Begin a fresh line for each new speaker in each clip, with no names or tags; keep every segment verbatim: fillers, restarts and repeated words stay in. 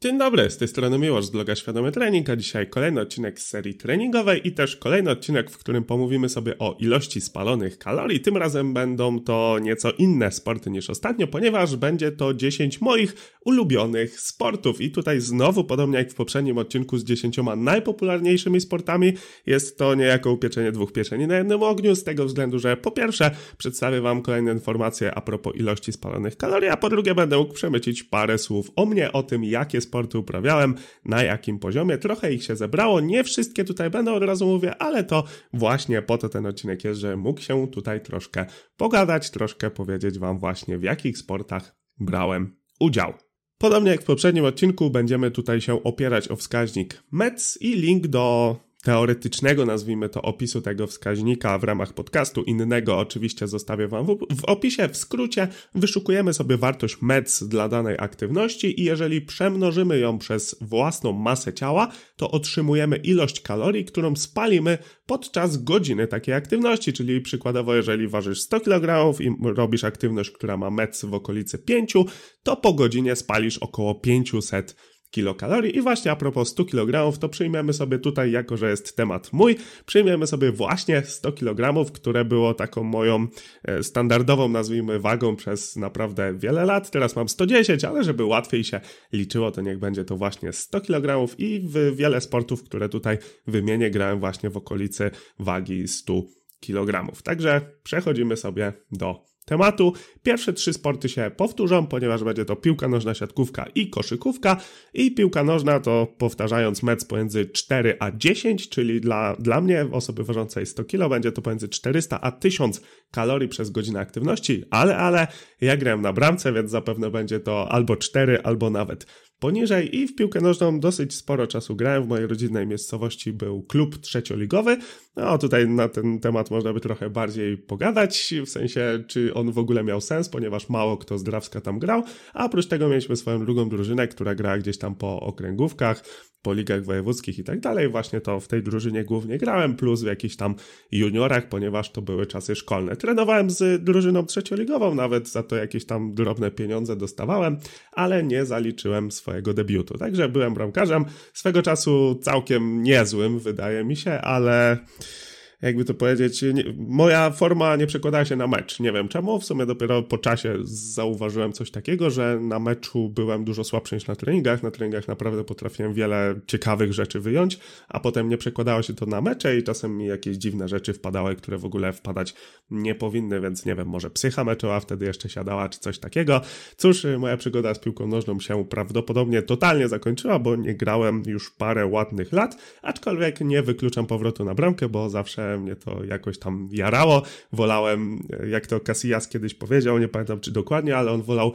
Dzień dobry, z tej strony Miłosz z bloga Świadomy Trening, a dzisiaj kolejny odcinek z serii treningowej i też kolejny odcinek, w którym pomówimy sobie o ilości spalonych kalorii. Tym razem będą to nieco inne sporty niż ostatnio, ponieważ będzie to dziesięć moich ulubionych sportów. I tutaj znowu, podobnie jak w poprzednim odcinku z dziesięcioma najpopularniejszymi sportami, jest to niejako upieczenie dwóch pieczeni na jednym ogniu, z tego względu, że po pierwsze przedstawię wam kolejne informacje a propos ilości spalonych kalorii, a po drugie będę mógł przemycić parę słów o mnie, o tym, jakie sporty uprawiałem, na jakim poziomie. Trochę ich się zebrało, nie wszystkie tutaj będą, od razu mówię, ale to właśnie po to ten odcinek jest, że mógł się tutaj troszkę pogadać, troszkę powiedzieć wam właśnie, w jakich sportach brałem udział. Podobnie jak w poprzednim odcinku będziemy tutaj się opierać o wskaźnik M E C i link do teoretycznego, nazwijmy to, opisu tego wskaźnika w ramach podcastu innego oczywiście zostawię wam w, w opisie. W skrócie wyszukujemy sobie wartość M E C dla danej aktywności i jeżeli przemnożymy ją przez własną masę ciała, to otrzymujemy ilość kalorii, którą spalimy podczas godziny takiej aktywności, czyli przykładowo jeżeli ważysz sto kilogramów i robisz aktywność, która ma M E C w okolicy pięć, to po godzinie spalisz około pięćset kilokalorii. I właśnie a propos stu kilogramów, to przyjmiemy sobie tutaj, jako że jest temat mój, przyjmiemy sobie właśnie sto kilogramów, które było taką moją standardową, nazwijmy, wagą przez naprawdę wiele lat. Teraz mam sto dziesięć, ale żeby łatwiej się liczyło, to niech będzie to właśnie sto kilogramów i w wiele sportów, które tutaj wymienię, grałem właśnie w okolicy wagi stu kilogramów. Także przechodzimy sobie do tematu. Pierwsze trzy sporty się powtórzą, ponieważ będzie to piłka nożna, siatkówka i koszykówka. I piłka nożna to, powtarzając, M E C pomiędzy cztery a dziesięć, czyli dla, dla mnie, osoby ważącej sto kilo, będzie to pomiędzy czterysta a tysiąc kalorii przez godzinę aktywności, ale, ale ja grałem na bramce, więc zapewne będzie to albo cztery, albo nawet poniżej. I w piłkę nożną dosyć sporo czasu grałem. W mojej rodzinnej miejscowości był klub trzecioligowy. No tutaj na ten temat można by trochę bardziej pogadać, w sensie czy on w ogóle miał sens, ponieważ mało kto z Drawska tam grał, a oprócz tego mieliśmy swoją drugą drużynę, która grała gdzieś tam po okręgówkach, po ligach wojewódzkich i tak dalej. Właśnie to w tej drużynie głównie grałem, plus w jakichś tam juniorach, ponieważ to były czasy szkolne. Trenowałem z drużyną trzecioligową, nawet za to jakieś tam drobne pieniądze dostawałem, ale nie zaliczyłem swojego debiutu. Także byłem bramkarzem, swego czasu całkiem niezłym, wydaje mi się, ale jakby to powiedzieć, nie, moja forma nie przekładała się na mecz. Nie wiem czemu, w sumie dopiero po czasie zauważyłem coś takiego, że na meczu byłem dużo słabszy niż na treningach. Na treningach naprawdę potrafiłem wiele ciekawych rzeczy wyjąć, a potem nie przekładało się to na mecze i czasem mi jakieś dziwne rzeczy wpadały, które w ogóle wpadać nie powinny, więc nie wiem, może psycha meczowa wtedy jeszcze siadała, czy coś takiego. Cóż, moja przygoda z piłką nożną się prawdopodobnie totalnie zakończyła, bo nie grałem już parę ładnych lat, aczkolwiek nie wykluczam powrotu na bramkę, bo zawsze mnie to jakoś tam jarało. Wolałem, jak to Casillas kiedyś powiedział, nie pamiętam czy dokładnie, ale on wolał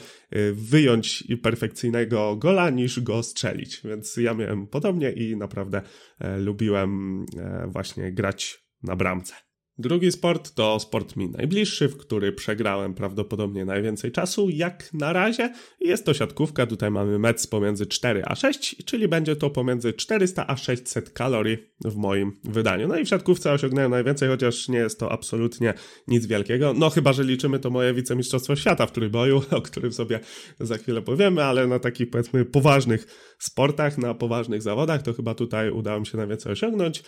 wyjąć perfekcyjnego gola niż go strzelić. Więc ja miałem podobnie i naprawdę e, lubiłem e, właśnie grać na bramce. Drugi sport to sport mi najbliższy, w który przegrałem prawdopodobnie najwięcej czasu, jak na razie. Jest to siatkówka, tutaj mamy M E C pomiędzy cztery a sześć, czyli będzie to pomiędzy czterysta a sześćset kalorii w moim wydaniu. No i w siatkówce osiągnąłem najwięcej, chociaż nie jest to absolutnie nic wielkiego. No chyba, że liczymy to moje wicemistrzostwo świata w trójboju, o którym sobie za chwilę powiemy, ale na takich, powiedzmy, poważnych sportach, na poważnych zawodach, to chyba tutaj udało mi się najwięcej osiągnąć,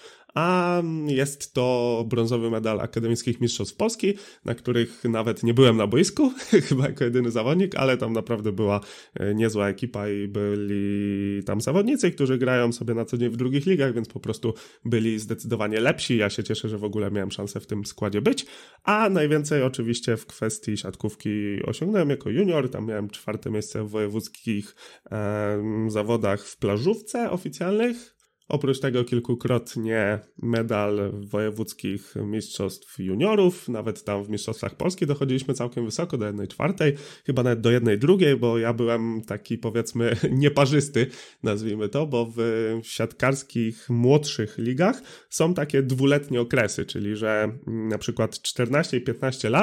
a jest to brązowy medal Akademickich Mistrzostw Polski, na których nawet nie byłem na boisku, chyba jako jedyny zawodnik, ale tam naprawdę była niezła ekipa i byli tam zawodnicy, którzy grają sobie na co dzień w drugich ligach, więc po prostu byli zdecydowanie lepsi. Ja się cieszę, że w ogóle miałem szansę w tym składzie być, a najwięcej oczywiście w kwestii siatkówki osiągnąłem jako junior, tam miałem czwarte miejsce w wojewódzkich e, zawodach w plażówce oficjalnych. Oprócz tego kilkukrotnie medal wojewódzkich mistrzostw juniorów, nawet tam w mistrzostwach Polski dochodziliśmy całkiem wysoko, do jednej czwartej, chyba nawet do jednej drugiej, bo ja byłem taki, powiedzmy, nieparzysty, nazwijmy to, bo w siatkarskich młodszych ligach są takie dwuletnie okresy, czyli że na przykład czternaście i piętnaście lat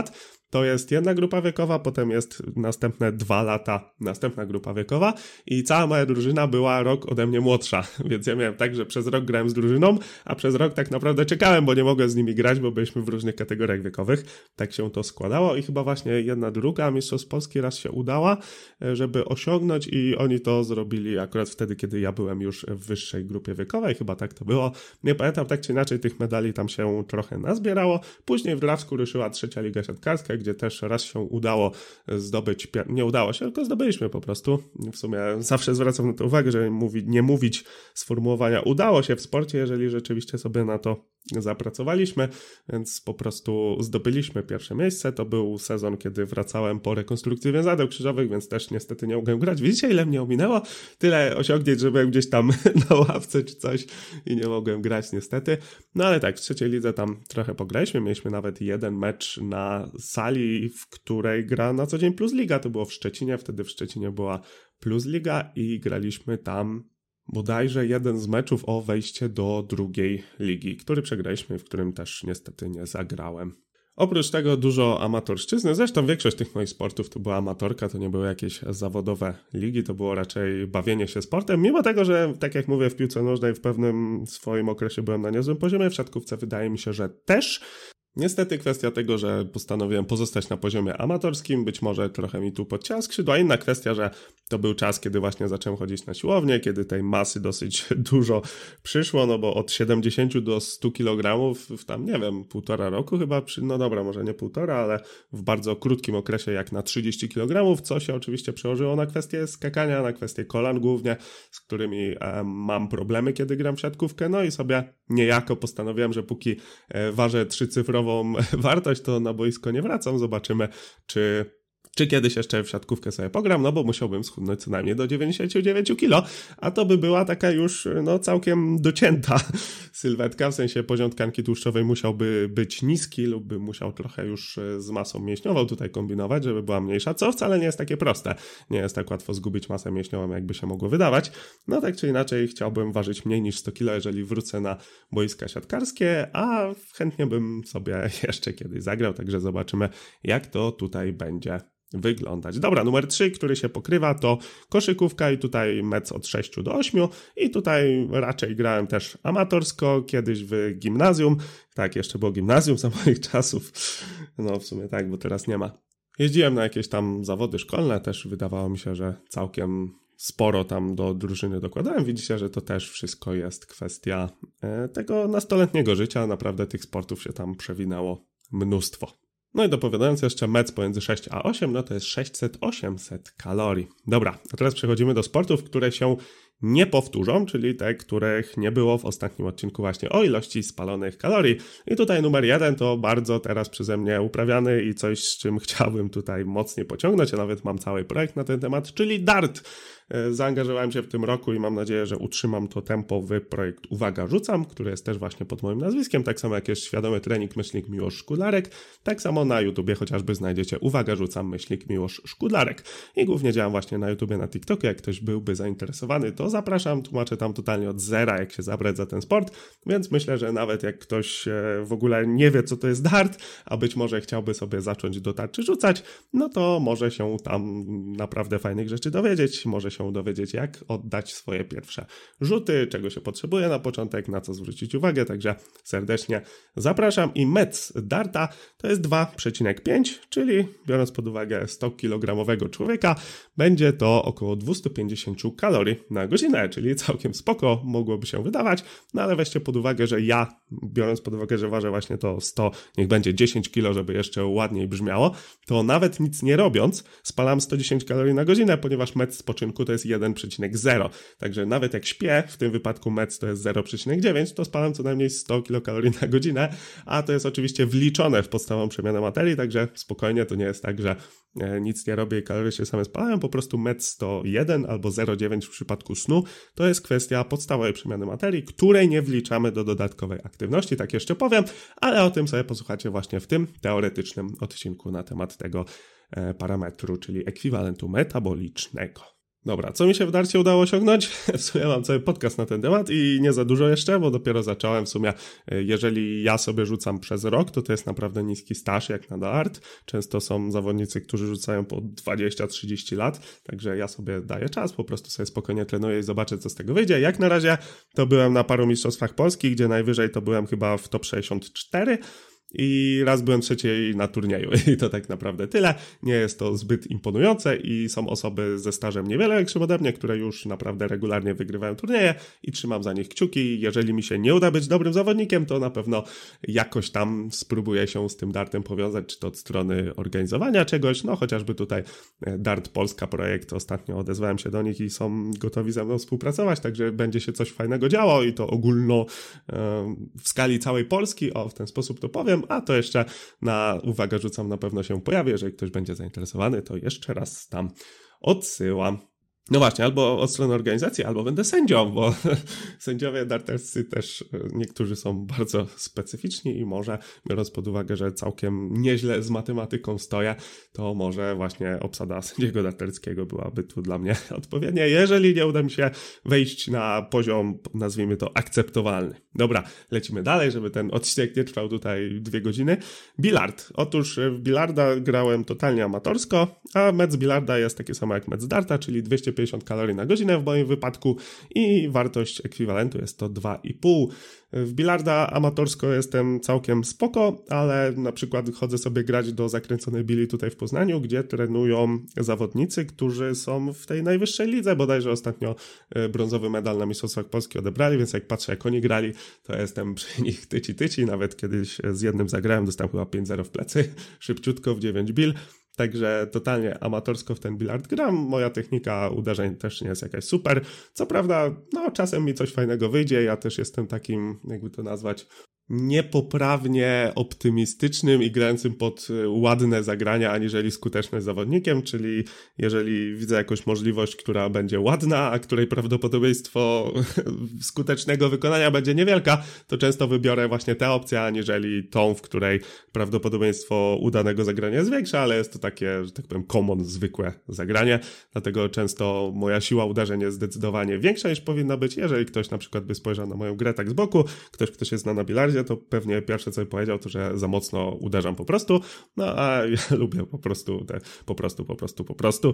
to jest jedna grupa wiekowa, potem jest następne dwa lata, następna grupa wiekowa i cała moja drużyna była rok ode mnie młodsza, więc ja miałem tak, że przez rok grałem z drużyną, a przez rok tak naprawdę czekałem, bo nie mogłem z nimi grać, bo byliśmy w różnych kategoriach wiekowych. Tak się to składało i chyba właśnie jedna druga Mistrzostw Polski raz się udała, żeby osiągnąć i oni to zrobili akurat wtedy, kiedy ja byłem już w wyższej grupie wiekowej, chyba tak to było. Nie pamiętam, tak czy inaczej tych medali tam się trochę nazbierało. Później w Drawsku ruszyła trzecia liga siatkarska, gdzie też raz się udało zdobyć, nie udało się, tylko zdobyliśmy po prostu. W sumie zawsze zwracam na to uwagę, żeby mówi, nie mówić sformułowania udało się w sporcie, jeżeli rzeczywiście sobie na to zapracowaliśmy, więc po prostu zdobyliśmy pierwsze miejsce. To był sezon, kiedy wracałem po rekonstrukcji więzadeł krzyżowych, więc też niestety nie mogłem grać. Widzicie, ile mnie ominęło? Tyle osiągnięć, że byłem gdzieś tam na ławce czy coś i nie mogłem grać niestety. No ale tak, w trzeciej lidze tam trochę pograliśmy. Mieliśmy nawet jeden mecz na sali, w której gra na co dzień Plus Liga. To było w Szczecinie, wtedy w Szczecinie była Plus Liga i graliśmy tam bodajże jeden z meczów o wejście do drugiej ligi, który przegraliśmy, w którym też niestety nie zagrałem. Oprócz tego dużo amatorszczyzny, zresztą większość tych moich sportów to była amatorka, to nie były jakieś zawodowe ligi, to było raczej bawienie się sportem, mimo tego, że tak jak mówię w piłce nożnej w pewnym swoim okresie byłem na niezłym poziomie, w siatkówce wydaje mi się, że też. Niestety kwestia tego, że postanowiłem pozostać na poziomie amatorskim, być może trochę mi tu podcięła skrzydła. Inna kwestia, że to był czas, kiedy właśnie zacząłem chodzić na siłownię, kiedy tej masy dosyć dużo przyszło, no bo od siedemdziesięciu do stu kilogramów w tam, nie wiem, półtora roku chyba, przy, no dobra, może nie półtora, ale w bardzo krótkim okresie jak na trzydzieści kilogramów, co się oczywiście przełożyło na kwestię skakania, na kwestię kolan głównie, z którymi e, mam problemy, kiedy gram w siatkówkę, no i sobie niejako postanowiłem, że póki e, ważę trzycyfrową wartość, to na boisko nie wracam. Zobaczymy, czy, czy kiedyś jeszcze w siatkówkę sobie pogram, no bo musiałbym schudnąć co najmniej do dziewięćdziesiąt dziewięć kilo, a to by była taka już no całkiem docięta sylwetka, w sensie poziom tkanki tłuszczowej musiałby być niski lub by musiał trochę już z masą mięśniową tutaj kombinować, żeby była mniejsza, co wcale nie jest takie proste. Nie jest tak łatwo zgubić masę mięśniową, jakby się mogło wydawać. No tak czy inaczej chciałbym ważyć mniej niż sto kilo, jeżeli wrócę na boiska siatkarskie, a chętnie bym sobie jeszcze kiedyś zagrał, także zobaczymy, jak to tutaj będzie wyglądać. Dobra, numer trzy, który się pokrywa, to koszykówka i tutaj mecz od sześciu do ośmiu i tutaj raczej grałem też amatorsko, kiedyś w gimnazjum, tak, jeszcze było gimnazjum za moich czasów, no w sumie tak, bo teraz nie ma. Jeździłem na jakieś tam zawody szkolne, też wydawało mi się, że całkiem sporo tam do drużyny dokładałem. Widzicie, że to też wszystko jest kwestia tego nastoletniego życia, naprawdę tych sportów się tam przewinęło mnóstwo. No i dopowiadając jeszcze mecz pomiędzy sześć a osiem, no to jest sześćset osiemset kalorii. Dobra, a teraz przechodzimy do sportów, które się nie powtórzą, czyli te, których nie było w ostatnim odcinku właśnie o ilości spalonych kalorii. I tutaj numer jeden to bardzo teraz przeze mnie uprawiany i coś, z czym chciałbym tutaj mocniej pociągnąć, a nawet mam cały projekt na ten temat, czyli dart. Zaangażowałem się w tym roku i mam nadzieję, że utrzymam to tempo w projekt Uwaga Rzucam, który jest też właśnie pod moim nazwiskiem, tak samo jak jest Świadomy Trening myślnik Miłosz Szkudlarek, tak samo na YouTubie chociażby znajdziecie Uwaga Rzucam myślnik Miłosz Szkudlarek i głównie działam właśnie na YouTubie, na TikToku, jak ktoś byłby zainteresowany, to zapraszam, tłumaczę tam totalnie od zera, jak się zabrać za ten sport, więc myślę, że nawet jak ktoś w ogóle nie wie, co to jest dart, a być może chciałby sobie zacząć do tarczy rzucać, no to może się tam naprawdę fajnych rzeczy dowiedzieć, może się dowiedzieć, jak oddać swoje pierwsze rzuty, czego się potrzebuje na początek, na co zwrócić uwagę, także serdecznie zapraszam. I mec darta to jest dwa przecinek pięć, czyli biorąc pod uwagę sto kilogramowego człowieka, będzie to około dwieście pięćdziesiąt kalorii na godzinę, czyli całkiem spoko mogłoby się wydawać, no ale weźcie pod uwagę, że ja, biorąc pod uwagę, że ważę właśnie to sto, niech będzie dziesięć kilo, żeby jeszcze ładniej brzmiało, to nawet nic nie robiąc, spalam sto dziesięć kalorii na godzinę, ponieważ mecz spoczynku to jest jeden przecinek zero. Także nawet jak śpię, w tym wypadku mecz to jest zero przecinek dziewięć, to spalam co najmniej sto kilokalorii na godzinę, a to jest oczywiście wliczone w podstawową przemianę materii, także spokojnie, to nie jest tak, że nic nie robię i kalorie się same spalają, po prostu mecz sto jeden albo zero przecinek dziewięć w przypadku snu, to jest kwestia podstawowej przemiany materii, której nie wliczamy do dodatkowej aktywności, tak jeszcze powiem, ale o tym sobie posłuchacie właśnie w tym teoretycznym odcinku na temat tego parametru, czyli ekwiwalentu metabolicznego. Dobra, co mi się w darcie udało osiągnąć? W sumie mam cały podcast na ten temat i nie za dużo jeszcze, bo dopiero zacząłem. W sumie, jeżeli ja sobie rzucam przez rok, to to jest naprawdę niski staż jak na dart. Często są zawodnicy, którzy rzucają po dwadzieścia trzydzieści lat, także ja sobie daję czas, po prostu sobie spokojnie trenuję i zobaczę, co z tego wyjdzie. Jak na razie to byłem na paru mistrzostwach Polski, gdzie najwyżej to byłem chyba w top sześćdziesiąt cztery. I raz byłem trzeciej na turnieju i to tak naprawdę tyle. Nie jest to zbyt imponujące i są osoby ze stażem niewiele większym ode mnie, które już naprawdę regularnie wygrywają turnieje i trzymam za nich kciuki. Jeżeli mi się nie uda być dobrym zawodnikiem, to na pewno jakoś tam spróbuję się z tym dartem powiązać, czy to od strony organizowania czegoś, no chociażby tutaj Dart Polska projekt, ostatnio odezwałem się do nich i są gotowi ze mną współpracować, także będzie się coś fajnego działo i to ogólno w skali całej Polski, o w ten sposób to powiem. A to jeszcze na uwagę rzucam, na pewno się pojawi, jeżeli ktoś będzie zainteresowany, to jeszcze raz tam odsyłam. No właśnie, albo od strony organizacji, albo będę sędzią, bo sędziowie darterscy też niektórzy są bardzo specyficzni i może, biorąc pod uwagę, że całkiem nieźle z matematyką stoję, to może właśnie obsada sędziego darterskiego byłaby tu dla mnie odpowiednia, jeżeli nie uda mi się wejść na poziom, nazwijmy to, akceptowalny. Dobra, lecimy dalej, żeby ten odcinek nie trwał tutaj dwie godziny. Bilard. Otóż w bilarda grałem totalnie amatorsko, a mecz bilarda jest taki samo jak mecz darta, czyli dwieście pięćdziesiąt kalorii na godzinę w moim wypadku i wartość ekwiwalentu jest to dwa i pół. W bilarda amatorsko jestem całkiem spoko, ale na przykład chodzę sobie grać do zakręconej bili tutaj w Poznaniu, gdzie trenują zawodnicy, którzy są w tej najwyższej lidze, bodajże ostatnio brązowy medal na Mistrzostwach Polski odebrali, więc jak patrzę jak oni grali, to jestem przy nich tyci tyci, nawet kiedyś z jednym zagrałem, dostałem chyba pięć zero w plecy, szybciutko w dziewięć bil. Także totalnie amatorsko w ten bilard gram. Moja technika uderzeń też nie jest jakaś super. Co prawda, no czasem mi coś fajnego wyjdzie. Ja też jestem takim, jakby to nazwać, niepoprawnie optymistycznym i grającym pod ładne zagrania, aniżeli skuteczność zawodnikiem, czyli jeżeli widzę jakąś możliwość, która będzie ładna, a której prawdopodobieństwo skutecznego wykonania będzie niewielka, to często wybiorę właśnie tę opcję, aniżeli tą, w której prawdopodobieństwo udanego zagrania jest większe, ale jest to takie, że tak powiem, common, zwykłe zagranie, dlatego często moja siła uderzeń jest zdecydowanie większa niż powinna być. Jeżeli ktoś na przykład by spojrzał na moją grę tak z boku, ktoś, kto się zna na bilardzie, to pewnie pierwsze, co by powiedział, to, że za mocno uderzam po prostu, no a ja lubię po prostu te, po prostu, po prostu, po prostu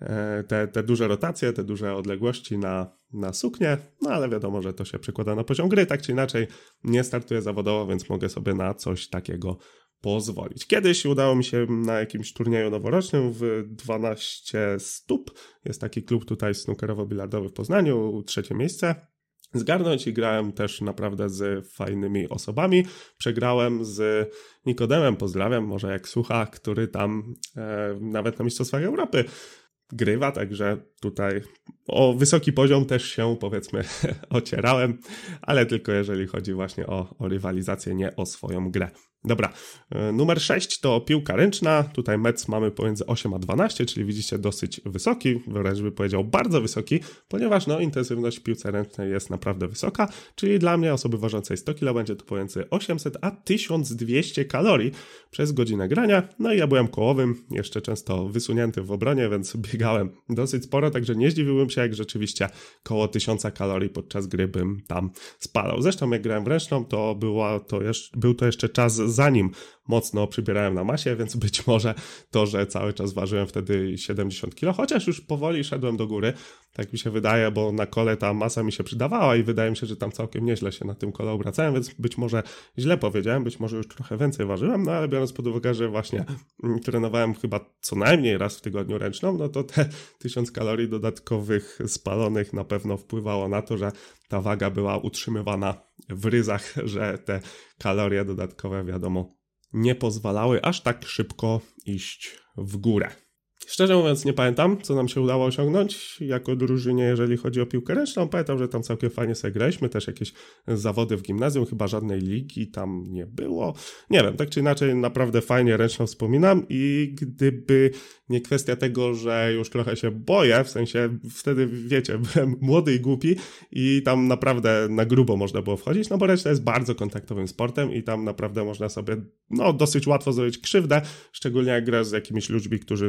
te, te duże rotacje, te duże odległości na, na suknię, no ale wiadomo, że to się przekłada na poziom gry, tak czy inaczej nie startuję zawodowo, więc mogę sobie na coś takiego pozwolić. Kiedyś udało mi się na jakimś turnieju noworocznym w dwanaście stóp, jest taki klub tutaj snookerowo-bilardowy w Poznaniu, trzecie miejsce, zgarnąć i grałem też naprawdę z fajnymi osobami. Przegrałem z Nikodemem, pozdrawiam, może jak słucha, który tam e, nawet na Mistrzostwach Europy grywa, także tutaj o wysoki poziom też się, powiedzmy, ocierałem, ale tylko jeżeli chodzi właśnie o, o rywalizację, nie o swoją grę. Dobra, numer sześć to piłka ręczna, tutaj mecz mamy pomiędzy osiem a dwanaście, czyli widzicie dosyć wysoki, wręcz by powiedział bardzo wysoki, ponieważ no intensywność w piłce ręcznej jest naprawdę wysoka, czyli dla mnie, osoby ważącej sto kilo, będzie to pomiędzy osiemset a tysiąc dwieście kalorii przez godzinę grania, no i ja byłem kołowym, jeszcze często wysunięty w obronie, więc biegałem dosyć sporo, także nie zdziwiłbym się, jak rzeczywiście koło tysiąca kalorii podczas gry bym tam spalał. Zresztą jak grałem w ręczną, to, była to jeszcze, był to jeszcze czas zanim mocno przybierałem na masie, więc być może to, że cały czas ważyłem wtedy siedemdziesiąt kilo, chociaż już powoli szedłem do góry, tak mi się wydaje, bo na kole ta masa mi się przydawała i wydaje mi się, że tam całkiem nieźle się na tym kole obracałem, więc być może źle powiedziałem, być może już trochę więcej ważyłem, no ale biorąc pod uwagę, że właśnie mm, trenowałem chyba co najmniej raz w tygodniu ręczną, no to te tysiąc kalorii dodatkowych spalonych na pewno wpływało na to, że ta waga była utrzymywana w ryzach, że te kalorie dodatkowe, wiadomo, nie pozwalały aż tak szybko iść w górę. Szczerze mówiąc nie pamiętam, co nam się udało osiągnąć jako drużynie, jeżeli chodzi o piłkę ręczną. Pamiętam, że tam całkiem fajnie sobie graliśmy, też jakieś zawody w gimnazjum, chyba żadnej ligi tam nie było. Nie wiem, tak czy inaczej naprawdę fajnie ręczną wspominam i gdyby nie kwestia tego, że już trochę się boję, w sensie wtedy, wiecie, byłem młody i głupi i tam naprawdę na grubo można było wchodzić, no bo ręczna jest bardzo kontaktowym sportem i tam naprawdę można sobie no dosyć łatwo zrobić krzywdę, szczególnie jak grasz z jakimiś ludźmi, którzy no nie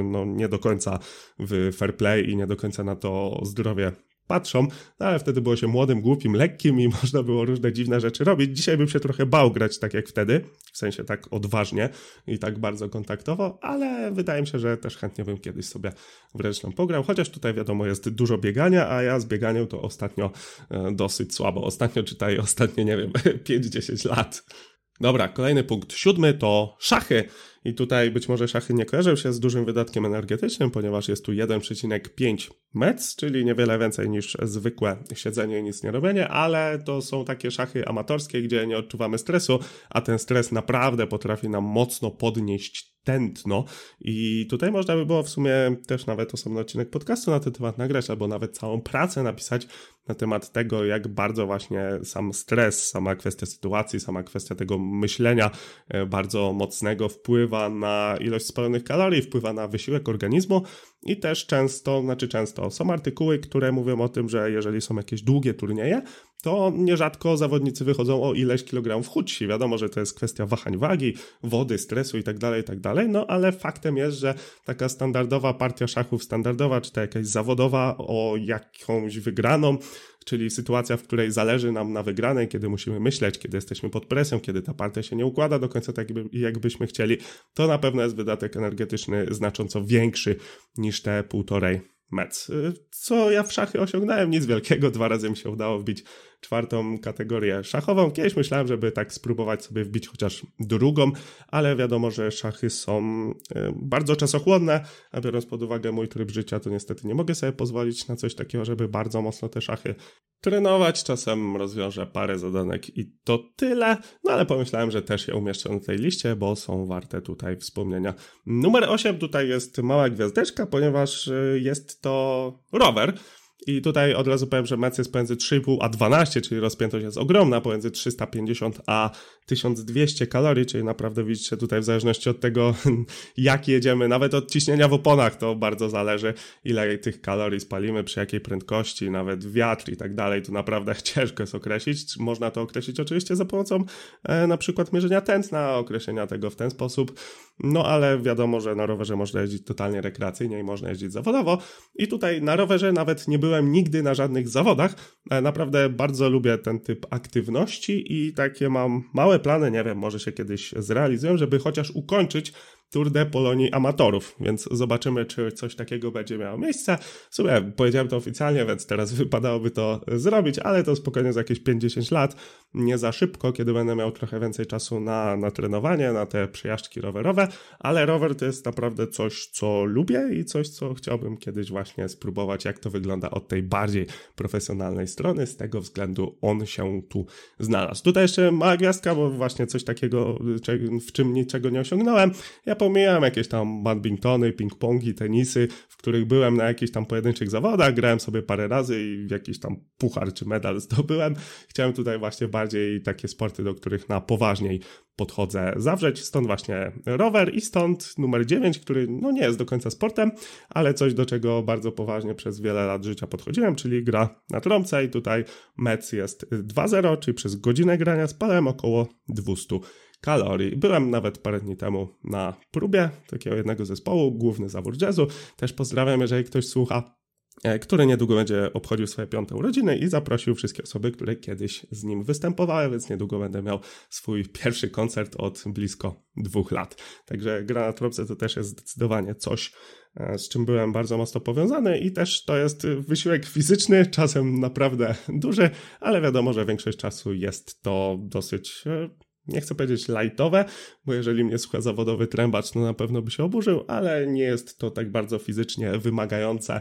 nie do końca w fair play i nie do końca na to zdrowie patrzą, no ale wtedy było się młodym, głupim, lekkim i można było różne dziwne rzeczy robić. Dzisiaj bym się trochę bał grać tak jak wtedy, w sensie tak odważnie i tak bardzo kontaktowo, ale wydaje mi się, że też chętnie bym kiedyś sobie w ręczną pograł, chociaż tutaj wiadomo jest dużo biegania, a ja z bieganiem to ostatnio e, dosyć słabo. Ostatnio czytaj, ostatnio nie wiem, pięć dziesięć lat. Dobra, kolejny punkt siódmy to szachy. I tutaj być może szachy nie kojarzą się z dużym wydatkiem energetycznym, ponieważ jest tu jeden przecinek pięć mec, czyli niewiele więcej niż zwykłe siedzenie i nic nie robienie, ale to są takie szachy amatorskie, gdzie nie odczuwamy stresu, a ten stres naprawdę potrafi nam mocno podnieść tętno i tutaj można by było w sumie też nawet osobny odcinek podcastu na ten temat nagrać, albo nawet całą pracę napisać na temat tego, jak bardzo właśnie sam stres, sama kwestia sytuacji, sama kwestia tego myślenia bardzo mocnego wpływa na ilość spalonych kalorii, wpływa na wysiłek organizmu i też często, znaczy często są artykuły, które mówią o tym, że jeżeli są jakieś długie turnieje, to nierzadko zawodnicy wychodzą o ileś kilogramów chudsi. Wiadomo, że to jest kwestia wahań wagi, wody, stresu i tak dalej, i tak dalej, no ale faktem jest, że taka standardowa partia szachów, standardowa, czy to jakaś zawodowa o jakąś wygraną, czyli sytuacja, w której zależy nam na wygranej, kiedy musimy myśleć, kiedy jesteśmy pod presją, kiedy ta partia się nie układa do końca tak, jakbyśmy chcieli, to na pewno jest wydatek energetyczny znacząco większy niż te półtorej mec. Co ja w szachy osiągnąłem? Nic wielkiego, dwa razy mi się udało wbić czwartą kategorię szachową. Kiedyś myślałem, żeby tak spróbować sobie wbić chociaż drugą, ale wiadomo, że szachy są bardzo czasochłonne, a biorąc pod uwagę mój tryb życia, to niestety nie mogę sobie pozwolić na coś takiego, żeby bardzo mocno te szachy trenować. Czasem rozwiążę parę zadanek i to tyle, no ale pomyślałem, że też je umieszczę na tej liście, bo są warte tutaj wspomnienia. Numer osiem tutaj jest mała gwiazdeczka, ponieważ jest to rower. I tutaj od razu powiem, że mec jest pomiędzy trzy i pół a dwanaście, czyli rozpiętość jest ogromna, pomiędzy trzysta pięćdziesiąt a tysiąc dwieście kalorii, czyli naprawdę widzicie tutaj w zależności od tego, jak jedziemy, nawet od ciśnienia w oponach to bardzo zależy, ile tych kalorii spalimy, przy jakiej prędkości, nawet wiatr i tak dalej, to naprawdę ciężko jest określić. Można to określić oczywiście za pomocą e, na przykład mierzenia tętna, określenia tego w ten sposób, no ale wiadomo, że na rowerze można jeździć totalnie rekreacyjnie i można jeździć zawodowo i tutaj na rowerze nawet nie byłem nigdy na żadnych zawodach, ale naprawdę bardzo lubię ten typ aktywności i takie mam małe plany, nie wiem, może się kiedyś zrealizują, żeby chociaż ukończyć Tour de Polonii amatorów, więc zobaczymy, czy coś takiego będzie miało miejsce. W sumie powiedziałem to oficjalnie, więc teraz wypadałoby to zrobić, ale to spokojnie za jakieś pięć dziesięć lat, nie za szybko, kiedy będę miał trochę więcej czasu na, na trenowanie, na te przejażdżki rowerowe, ale rower to jest naprawdę coś, co lubię i coś, co chciałbym kiedyś właśnie spróbować, jak to wygląda od tej bardziej profesjonalnej strony, z tego względu on się tu znalazł. Tutaj jeszcze mała gwiazdka, bo właśnie coś takiego, w czym niczego nie osiągnąłem. Ja pomijałem jakieś tam badmintony, ping-pongi, tenisy, w których byłem na jakichś tam pojedynczych zawodach, grałem sobie parę razy i jakiś tam puchar czy medal zdobyłem. Chciałem tutaj właśnie bardziej takie sporty, do których na poważniej podchodzę zawrzeć, stąd właśnie rower i stąd numer dziewięć, który no nie jest do końca sportem, ale coś, do czego bardzo poważnie przez wiele lat życia podchodziłem, czyli gra na trąbce i tutaj mec jest dwa zero, czyli przez godzinę grania spalałem około dwieście kalorii. Byłem nawet parę dni temu na próbie takiego jednego zespołu, główny zawód jazzu. Też pozdrawiam, jeżeli ktoś słucha, który niedługo będzie obchodził swoje piąte urodziny i zaprosił wszystkie osoby, które kiedyś z nim występowały, więc niedługo będę miał swój pierwszy koncert od blisko dwóch lat. Także gra na trąbce to też jest zdecydowanie coś, z czym byłem bardzo mocno powiązany i też to jest wysiłek fizyczny, czasem naprawdę duży, ale wiadomo, że większość czasu jest to dosyć... Nie chcę powiedzieć lightowe, bo jeżeli mnie słucha zawodowy trębacz, to na pewno by się oburzył, ale nie jest to tak bardzo fizycznie wymagające,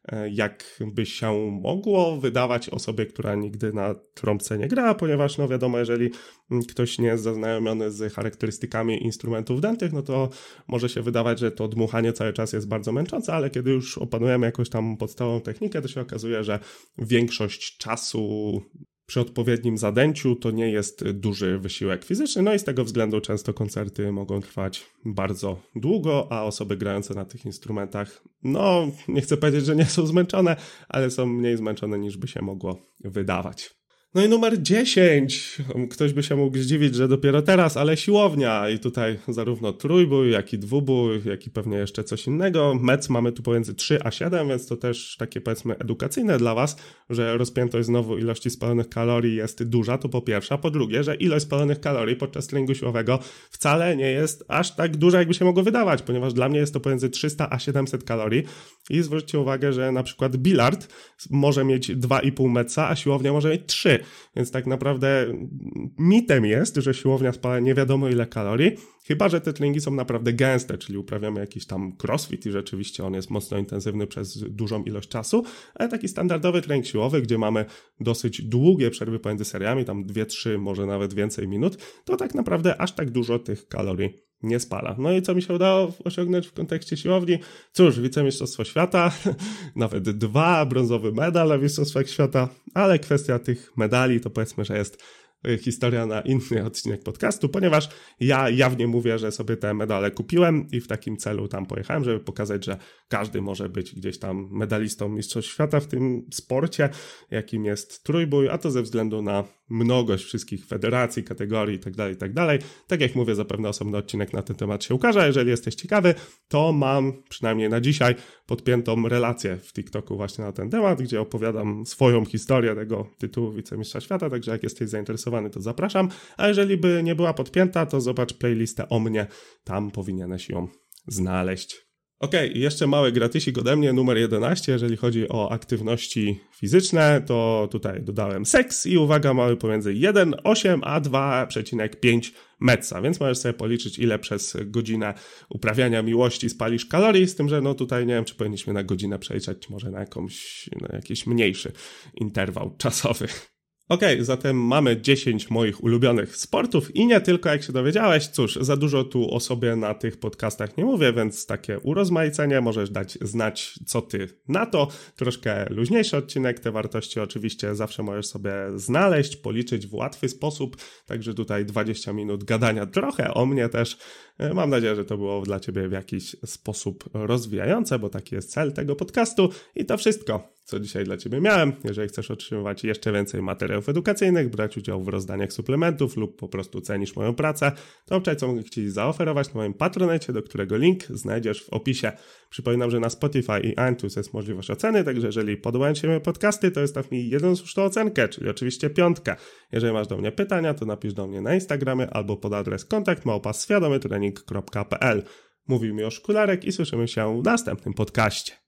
jak by się mogło wydawać osobie, która nigdy na trąbce nie gra, ponieważ no wiadomo, jeżeli ktoś nie jest zaznajomiony z charakterystykami instrumentów dętych, no to może się wydawać, że to dmuchanie cały czas jest bardzo męczące, ale kiedy już opanujemy jakąś tam podstawową technikę, to się okazuje, że większość czasu przy odpowiednim zadęciu to nie jest duży wysiłek fizyczny, no i z tego względu często koncerty mogą trwać bardzo długo, a osoby grające na tych instrumentach, no nie chcę powiedzieć, że nie są zmęczone, ale są mniej zmęczone niż by się mogło wydawać. No i numer dziesięć. Ktoś by się mógł zdziwić, że dopiero teraz, ale siłownia i tutaj zarówno trójbój, jak i dwubój, jak i pewnie jeszcze coś innego. Mec mamy tu pomiędzy trzy a siedem, więc to też takie powiedzmy edukacyjne dla was, że rozpiętość znowu ilości spalonych kalorii jest duża, to po pierwsze. A po drugie, że ilość spalonych kalorii podczas treningu siłowego wcale nie jest aż tak duża, jakby się mogło wydawać, ponieważ dla mnie jest to pomiędzy trzysta a siedemset kalorii i zwróćcie uwagę, że na przykład bilard może mieć dwa i pół meca, a siłownia może mieć trzy. Więc tak naprawdę mitem jest, że siłownia spala nie wiadomo ile kalorii, chyba że te treningi są naprawdę gęste, czyli uprawiamy jakiś tam crossfit i rzeczywiście on jest mocno intensywny przez dużą ilość czasu, ale taki standardowy trening siłowy, gdzie mamy dosyć długie przerwy pomiędzy seriami, tam dwie, trzy, może nawet więcej minut, to tak naprawdę aż tak dużo tych kalorii nie spala. No i co mi się udało osiągnąć w kontekście siłowni? Cóż, wicemistrzostwo świata, nawet dwa, brązowy medal na mistrzostwach świata, ale kwestia tych medali to powiedzmy, że jest historia na inny odcinek podcastu, ponieważ ja jawnie mówię, że sobie te medale kupiłem i w takim celu tam pojechałem, żeby pokazać, że każdy może być gdzieś tam medalistą mistrzostw świata w tym sporcie, jakim jest trójbój, a to ze względu na mnogość wszystkich federacji, kategorii itd., itd. Tak jak mówię, zapewne osobny odcinek na ten temat się ukaże. Jeżeli jesteś ciekawy, to mam przynajmniej na dzisiaj podpiętą relację w TikToku właśnie na ten temat, gdzie opowiadam swoją historię tego tytułu wicemistrza świata, także jak jesteś zainteresowany, to zapraszam, a jeżeli by nie była podpięta, to zobacz playlistę o mnie, tam powinieneś ją znaleźć. Okej, okay, jeszcze mały gratisik ode mnie, numer jedenaście, jeżeli chodzi o aktywności fizyczne, to tutaj dodałem seks i uwaga, mały pomiędzy jeden przecinek osiem a dwa przecinek pięć meca, więc możesz sobie policzyć, ile przez godzinę uprawiania miłości spalisz kalorii, z tym, że no tutaj nie wiem, czy powinniśmy na godzinę przeliczać, może na jakąś, na jakiś mniejszy interwał czasowy. Okej, okay, zatem mamy dziesięć moich ulubionych sportów i nie tylko, jak się dowiedziałeś. Cóż, za dużo tu o sobie na tych podcastach nie mówię, więc takie urozmaicenie, możesz dać znać, co ty na to. Troszkę luźniejszy odcinek, te wartości oczywiście zawsze możesz sobie znaleźć, policzyć w łatwy sposób, także tutaj dwadzieścia minut gadania trochę o mnie też. Mam nadzieję, że to było dla ciebie w jakiś sposób rozwijające, bo taki jest cel tego podcastu i to wszystko, co dzisiaj dla ciebie miałem. Jeżeli chcesz otrzymywać jeszcze więcej materiałów edukacyjnych, brać udział w rozdaniach suplementów lub po prostu cenisz moją pracę, to obczaj, co mogę ci zaoferować na moim Patronecie, do którego link znajdziesz w opisie. Przypominam, że na Spotify i iTunes jest możliwość oceny, także jeżeli podobają ci się moje podcasty, to zostaw mi jedną słuszną ocenkę, czyli oczywiście piątkę. Jeżeli masz do mnie pytania, to napisz do mnie na Instagramie albo pod adres kontakt małpa świadomytrening kropka p l. Mówił mi o Szkularek i słyszymy się w następnym podcaście.